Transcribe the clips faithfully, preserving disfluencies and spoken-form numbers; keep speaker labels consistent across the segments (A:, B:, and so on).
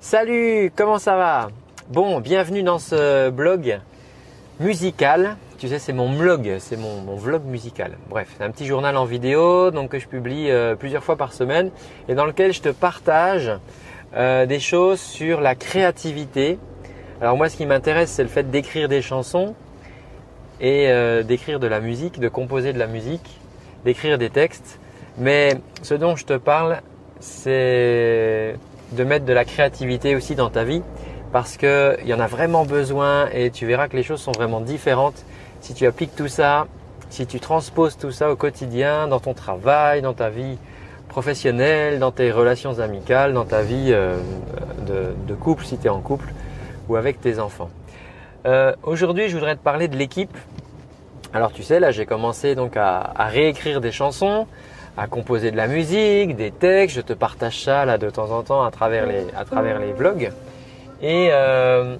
A: Salut, comment ça va? Bon, bienvenue dans ce blog musical. Tu sais, c'est mon blog, c'est mon, mon vlog musical. Bref, c'est un petit journal en vidéo donc que je publie euh, plusieurs fois par semaine et dans lequel je te partage euh, des choses sur la créativité. Alors moi, ce qui m'intéresse, c'est le fait d'écrire des chansons et euh, d'écrire de la musique, de composer de la musique, d'écrire des textes. Mais ce dont je te parle, c'est de mettre de la créativité aussi dans ta vie parce qu'il y en a vraiment besoin et tu verras que les choses sont vraiment différentes si tu appliques tout ça, si tu transposes tout ça au quotidien, dans ton travail, dans ta vie professionnelle, dans tes relations amicales, dans ta vie euh, de, de couple si tu es en couple ou avec tes enfants. Euh, aujourd'hui, je voudrais te parler de l'équipe. Alors tu sais, là j'ai commencé donc à, à réécrire des chansons, à composer de la musique, des textes. Je te partage ça là de temps en temps à travers les, à travers les vlogs. Et euh,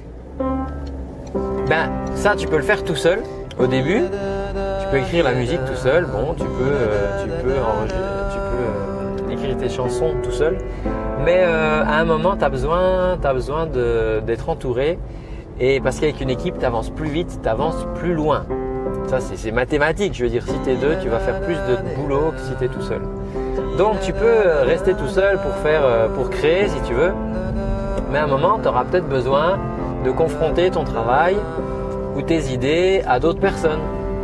A: ben, ça, tu peux le faire tout seul au début. Tu peux écrire la musique tout seul. Bon, tu peux, euh, tu peux, tu peux euh, écrire tes chansons tout seul. Mais euh, à un moment, tu as besoin, t'as besoin de, d'être entouré. Et parce qu'avec une équipe, tu avances plus vite, tu avances plus loin. Ça, c'est, c'est mathématique. Je veux dire, si tu es deux, tu vas faire plus de boulot que si tu es tout seul. Donc, tu peux rester tout seul pour, faire, pour créer si tu veux. Mais à un moment, tu auras peut-être besoin de confronter ton travail ou tes idées à d'autres personnes.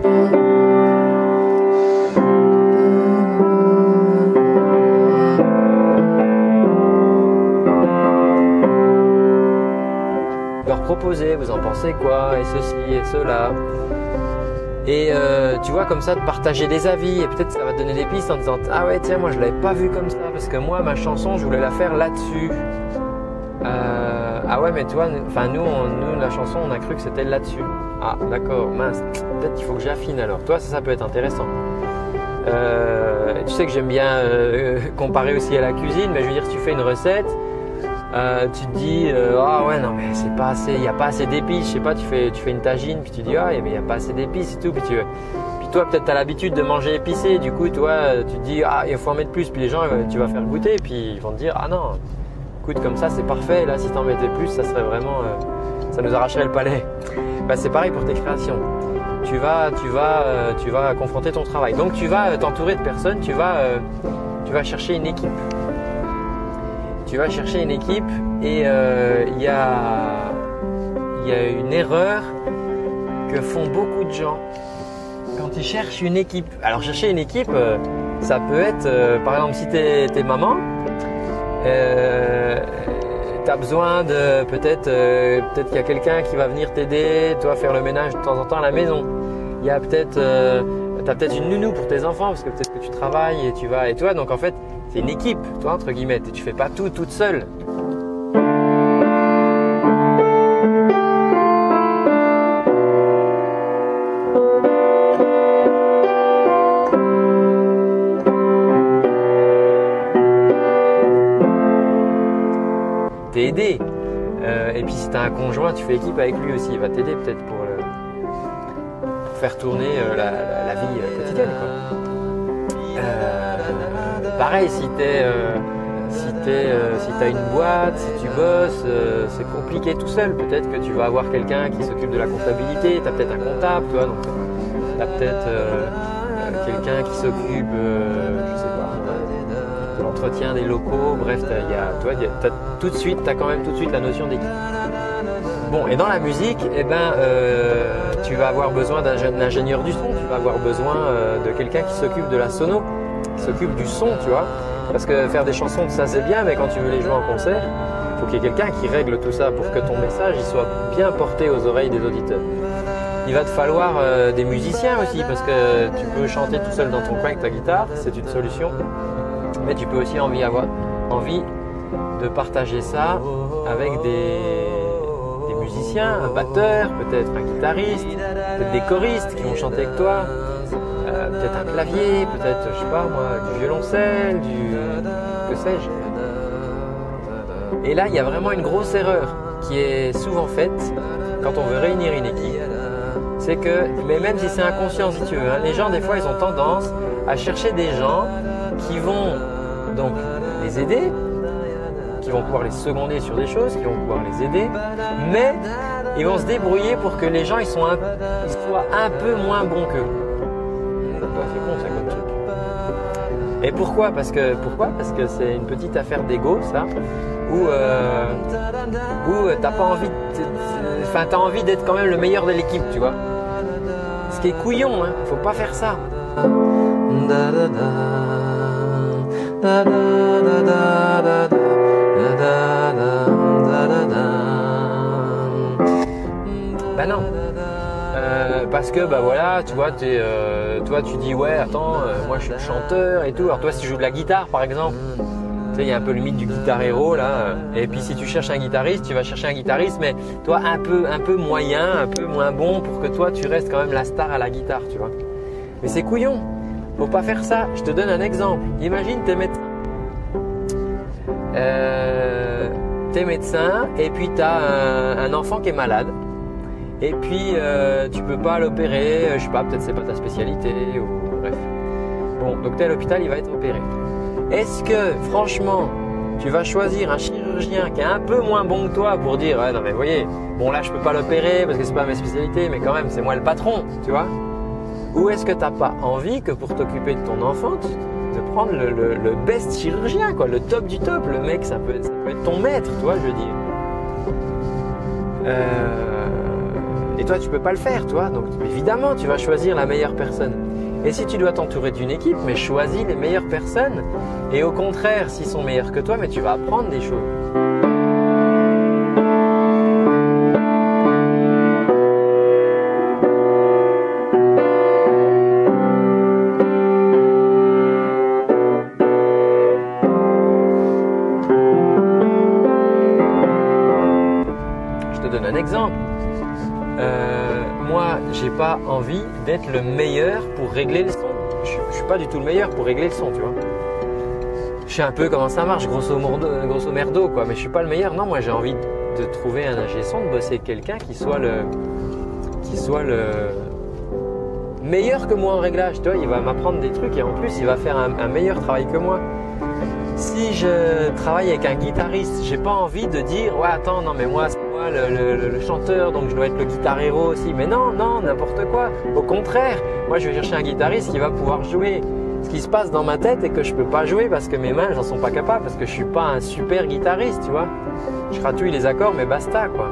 A: Leur proposer, vous en pensez quoi, et ceci et cela. Et euh, tu vois, comme ça, de partager des avis et peut-être ça va te donner des pistes en disant « Ah ouais, tiens, moi je l'avais pas vu comme ça parce que moi, ma chanson, je voulais la faire là-dessus. Euh, ah ouais, mais tu vois, enfin nous, on, nous, la chanson, on a cru que c'était là-dessus. Ah d'accord, mince, peut-être qu'il faut que j'affine alors. Toi, ça, ça peut être intéressant. Euh, tu sais que j'aime bien euh, comparer aussi à la cuisine, mais je veux dire, si tu fais une recette, Euh, tu te dis euh, ah ouais non mais c'est pas assez, il y a pas assez d'épices, je sais pas, tu fais tu fais une tagine puis tu dis ah mais il y a pas assez d'épices et tout, puis tu puis toi peut-être tu as l'habitude de manger épicé, du coup toi tu te dis ah il faut en mettre plus, puis les gens tu vas faire goûter puis ils vont te dire ah non écoute comme ça c'est parfait, là si t'en mettais plus ça serait vraiment euh, ça nous arracherait le palais. Bah, c'est pareil pour tes créations. Tu vas tu vas euh, tu vas confronter ton travail, donc tu vas t'entourer de personnes, tu vas euh, tu vas chercher une équipe. Tu vas chercher une équipe et il euh, y, y a une erreur que font beaucoup de gens quand ils cherchent une équipe. Alors chercher une équipe, euh, ça peut être, euh, par exemple, si tu es maman, euh, tu as besoin de peut-être euh, peut-être qu'il y a quelqu'un qui va venir t'aider, toi faire le ménage de temps en temps à la maison. Il y a peut-être, euh, tu as peut-être une nounou pour tes enfants parce que peut-être que tu travailles et tu vas et toi, donc en fait c'est une équipe, toi, entre guillemets, et tu fais pas tout toute seule. T'es aidé. Euh, et puis si tu as un conjoint, tu fais équipe avec lui aussi, il va t'aider peut-être pour, le, pour faire tourner euh, la, la, la vie euh, quotidienne, quoi. Euh, Pareil, si tu euh, si euh, si as une boîte, si tu bosses, euh, c'est compliqué tout seul. Peut-être que tu vas avoir quelqu'un qui s'occupe de la comptabilité, tu as peut-être un comptable, toi, donc tu as peut-être euh, euh, quelqu'un qui s'occupe, euh, je sais pas, de l'entretien des locaux. Bref, t'as, y a, toi, y a, t'as, tout de suite, tu as quand même tout de suite la notion d'équipe. Bon, et dans la musique, eh ben, euh, tu vas avoir besoin d'un ingénieur du son, tu vas avoir besoin euh, de quelqu'un qui s'occupe de la sono, qui s'occupe du son, tu vois. Parce que faire des chansons, ça c'est bien, mais quand tu veux les jouer en concert, il faut qu'il y ait quelqu'un qui règle tout ça pour que ton message il soit bien porté aux oreilles des auditeurs. Il va te falloir euh, des musiciens aussi, parce que tu peux chanter tout seul dans ton coin avec ta guitare, c'est une solution. Mais tu peux aussi envie avoir envie de partager ça avec des, des musiciens, un batteur, peut-être un guitariste, peut-être des choristes qui vont chanter avec toi. Euh, peut-être un clavier, peut-être, je sais pas moi, du violoncelle, du... que sais-je. Et là, il y a vraiment une grosse erreur qui est souvent faite quand on veut réunir une équipe. C'est que, mais même si c'est inconscient si tu veux, hein, les gens des fois ils ont tendance à chercher des gens qui vont donc les aider, qui vont pouvoir les seconder sur des choses, qui vont pouvoir les aider, mais ils vont se débrouiller pour que les gens ils, sont un, ils soient un peu moins bons qu'eux. C'est con ça comme truc. Et pourquoi? Parce que pourquoi Parce que c'est une petite affaire d'ego, ça, où euh, où t'as pas envie, enfin t'as envie d'être quand même le meilleur de l'équipe, tu vois. Ce qui est couillon, hein. Faut pas faire ça. Bah non. Euh, parce que bah voilà, tu vois, t'es, euh, toi tu dis ouais, attends, euh, moi je suis le chanteur et tout. Alors toi si tu joues de la guitare par exemple, tu sais, il y a un peu le mythe du guitar héros là. Et puis si tu cherches un guitariste, tu vas chercher un guitariste, mais toi un peu, un peu moyen, un peu moins bon pour que toi tu restes quand même la star à la guitare, tu vois. Mais c'est couillon, faut pas faire ça. Je te donne un exemple. Imagine t'es médecin, euh, t'es médecin et puis t'as un, un enfant qui est malade. Et puis euh, tu peux pas l'opérer, je sais pas, peut-être c'est pas ta spécialité ou bref. Bon, donc tu es à l'hôpital, il va être opéré. Est-ce que franchement, tu vas choisir un chirurgien qui est un peu moins bon que toi pour dire ah, non mais vous voyez, bon là je peux pas l'opérer parce que c'est pas ma spécialité, mais quand même c'est moi le patron, tu vois? Ou est-ce que t'as pas envie que pour t'occuper de ton enfant, de prendre le, le, le best chirurgien, quoi, le top du top, le mec ça peut, ça peut être ton maître, tu vois, je veux dire. Euh... Et toi, tu peux pas le faire, toi. Donc, évidemment, tu vas choisir la meilleure personne. Et si tu dois t'entourer d'une équipe, mais choisis les meilleures personnes. Et au contraire, s'ils sont meilleurs que toi, mais tu vas apprendre des choses. Je te donne un exemple. Euh, moi, j'ai pas envie d'être le meilleur pour régler le son. Je, je suis pas du tout le meilleur pour régler le son, tu vois. Je sais un peu comment ça marche, grosso merdo, grosso merdo quoi. Mais je suis pas le meilleur. Non, moi, j'ai envie de trouver un ingé son, de bosser avec quelqu'un qui soit le, qui soit le meilleur que moi en réglage. Tu vois, il va m'apprendre des trucs et en plus, il va faire un, un meilleur travail que moi. Si je travaille avec un guitariste, j'ai pas envie de dire ouais attends non mais moi c'est moi le, le, le chanteur donc je dois être le guitar héros aussi. Mais non non n'importe quoi. Au contraire, moi je vais chercher un guitariste qui va pouvoir jouer. Ce qui se passe dans ma tête est que je peux pas jouer parce que mes mains j'en sont pas capables parce que je suis pas un super guitariste, tu vois. Je cratouille les accords mais basta quoi.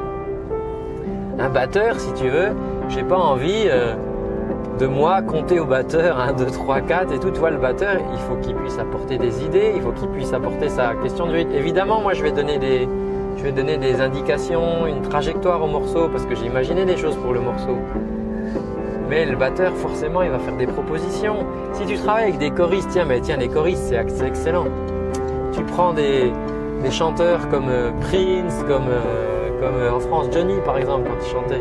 A: Un batteur si tu veux, j'ai pas envie euh, de moi compter au batteur un, deux, trois, quatre et tout. Tu vois, le batteur, il faut qu'il puisse apporter des idées, il faut qu'il puisse apporter sa question du rythme. Évidemment, moi, je vais donner des, je vais donner des indications, une trajectoire au morceau parce que j'ai imaginé des choses pour le morceau. Mais le batteur, forcément, il va faire des propositions. Si tu travailles avec des choristes, tiens, mais tiens, les choristes, c'est excellent. Tu prends des, des chanteurs comme euh, Prince, comme, euh, comme euh, en France, Johnny, par exemple, quand il chantait.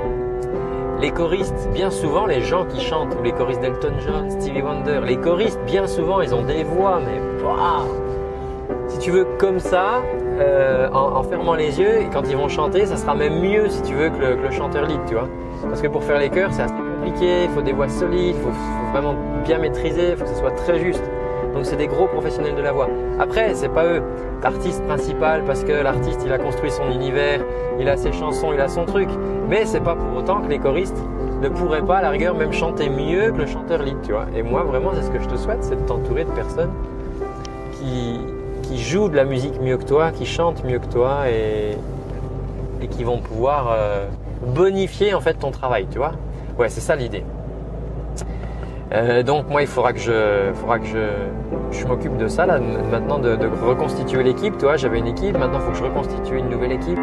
A: Les choristes, bien souvent, les gens qui chantent, ou les choristes d'Elton John, Stevie Wonder, les choristes, bien souvent, ils ont des voix, mais wow. Si tu veux, comme ça, euh, en, en fermant les yeux, et quand ils vont chanter, ça sera même mieux, si tu veux, que le, que le chanteur lead, tu vois. Parce que pour faire les chœurs, c'est assez compliqué, il faut des voix solides, il faut, faut vraiment bien maîtriser, il faut que ce soit très juste. Donc, c'est des gros professionnels de la voix. Après, c'est pas eux, l'artiste principal, parce que l'artiste, il a construit son univers, il a ses chansons, il a son truc. Mais c'est pas pour autant que les choristes ne pourraient pas, à la rigueur, même chanter mieux que le chanteur lead, tu vois. Et moi, vraiment, c'est ce que je te souhaite, c'est de t'entourer de personnes qui, qui jouent de la musique mieux que toi, qui chantent mieux que toi et, et qui vont pouvoir euh, bonifier, en fait, ton travail, tu vois. Ouais, c'est ça l'idée. Euh, donc moi il faudra que je, faudra que je, je m'occupe de ça là, maintenant de, de reconstituer l'équipe. Tu vois, j'avais une équipe, maintenant il faut que je reconstitue une nouvelle équipe.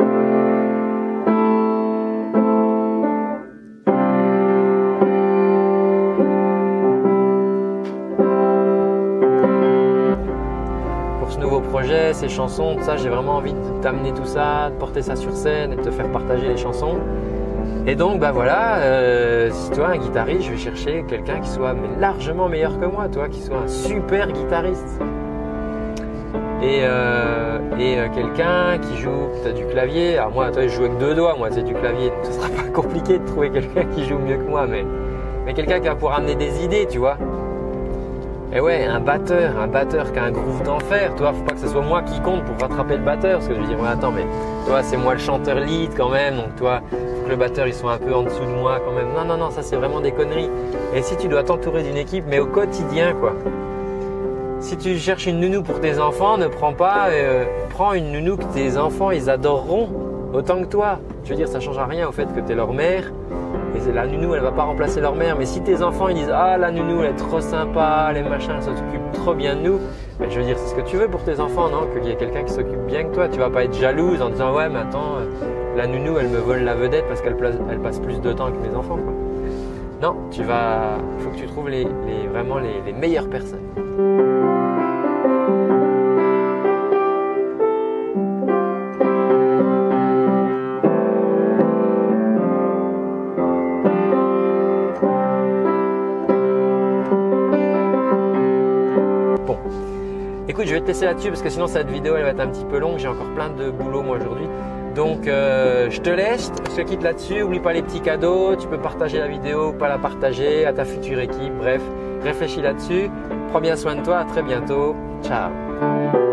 A: Pour ce nouveau projet, ces chansons, tout ça, j'ai vraiment envie de t'amener tout ça, de porter ça sur scène et de te faire partager les chansons. Et donc, bah voilà, euh, si toi, un guitariste, je vais chercher quelqu'un qui soit largement meilleur que moi, toi, qui soit un super guitariste. Et, euh, et euh, quelqu'un qui joue, tu as du clavier. Alors moi, toi, je joue avec deux doigts, moi, c'est du clavier. Donc, ce sera pas compliqué de trouver quelqu'un qui joue mieux que moi, mais, mais quelqu'un qui va pouvoir amener des idées, tu vois. Et ouais, un batteur, un batteur qui a un groove d'enfer, toi, faut pas que ce soit moi qui compte pour rattraper le batteur, parce que je vais dire, ouais, attends, mais toi, c'est moi le chanteur lead quand même, donc toi, faut que le batteur, ils sont un peu en dessous de moi quand même. Non, non, non, ça, c'est vraiment des conneries. Et si tu dois t'entourer d'une équipe, mais au quotidien, quoi. Si tu cherches une nounou pour tes enfants, ne prends pas, euh, prends une nounou que tes enfants, ils adoreront autant que toi. Je veux dire, ça change rien au fait que tu es leur mère. Et la nounou, elle va pas remplacer leur mère. Mais si tes enfants, ils disent, ah, la nounou, elle est trop sympa, les machins, elle s'occupe trop bien de nous. Ben, je veux dire, c'est ce que tu veux pour tes enfants, non? Qu'il y ait quelqu'un qui s'occupe bien que toi. Tu vas pas être jalouse en disant, ouais, mais attends, la nounou, elle me vole la vedette parce qu'elle elle passe plus de temps que mes enfants, quoi. Non, tu vas, il faut que tu trouves les, les, vraiment les, les meilleures personnes. Écoute, je vais te laisser là-dessus parce que sinon cette vidéo elle va être un petit peu longue. J'ai encore plein de boulot moi aujourd'hui. Donc euh, je te laisse, je te quitte là-dessus. Oublie pas les petits cadeaux. Tu peux partager la vidéo ou pas la partager à ta future équipe. Bref, réfléchis là-dessus. Prends bien soin de toi. À très bientôt. Ciao.